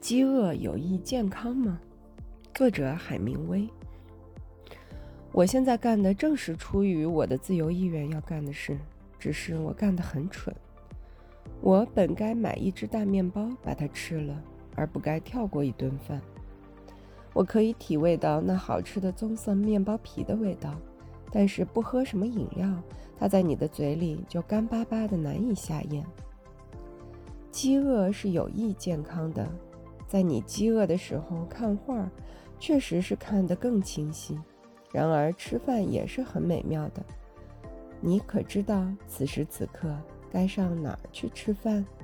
饥饿有益健康吗？作者海明威。我现在干的正是出于我的自由意愿要干的事，只是我干得很蠢。我本该买一只大面包把它吃了，而不该跳过一顿饭。我可以体味到那好吃的棕色面包皮的味道，但是不喝什么饮料，它在你的嘴里就干巴巴的难以下咽。饥饿是有益健康的，在你饥饿的时候看画，确实是看得更清晰。然而吃饭也是很美妙的。你可知道此时此刻该上哪儿去吃饭？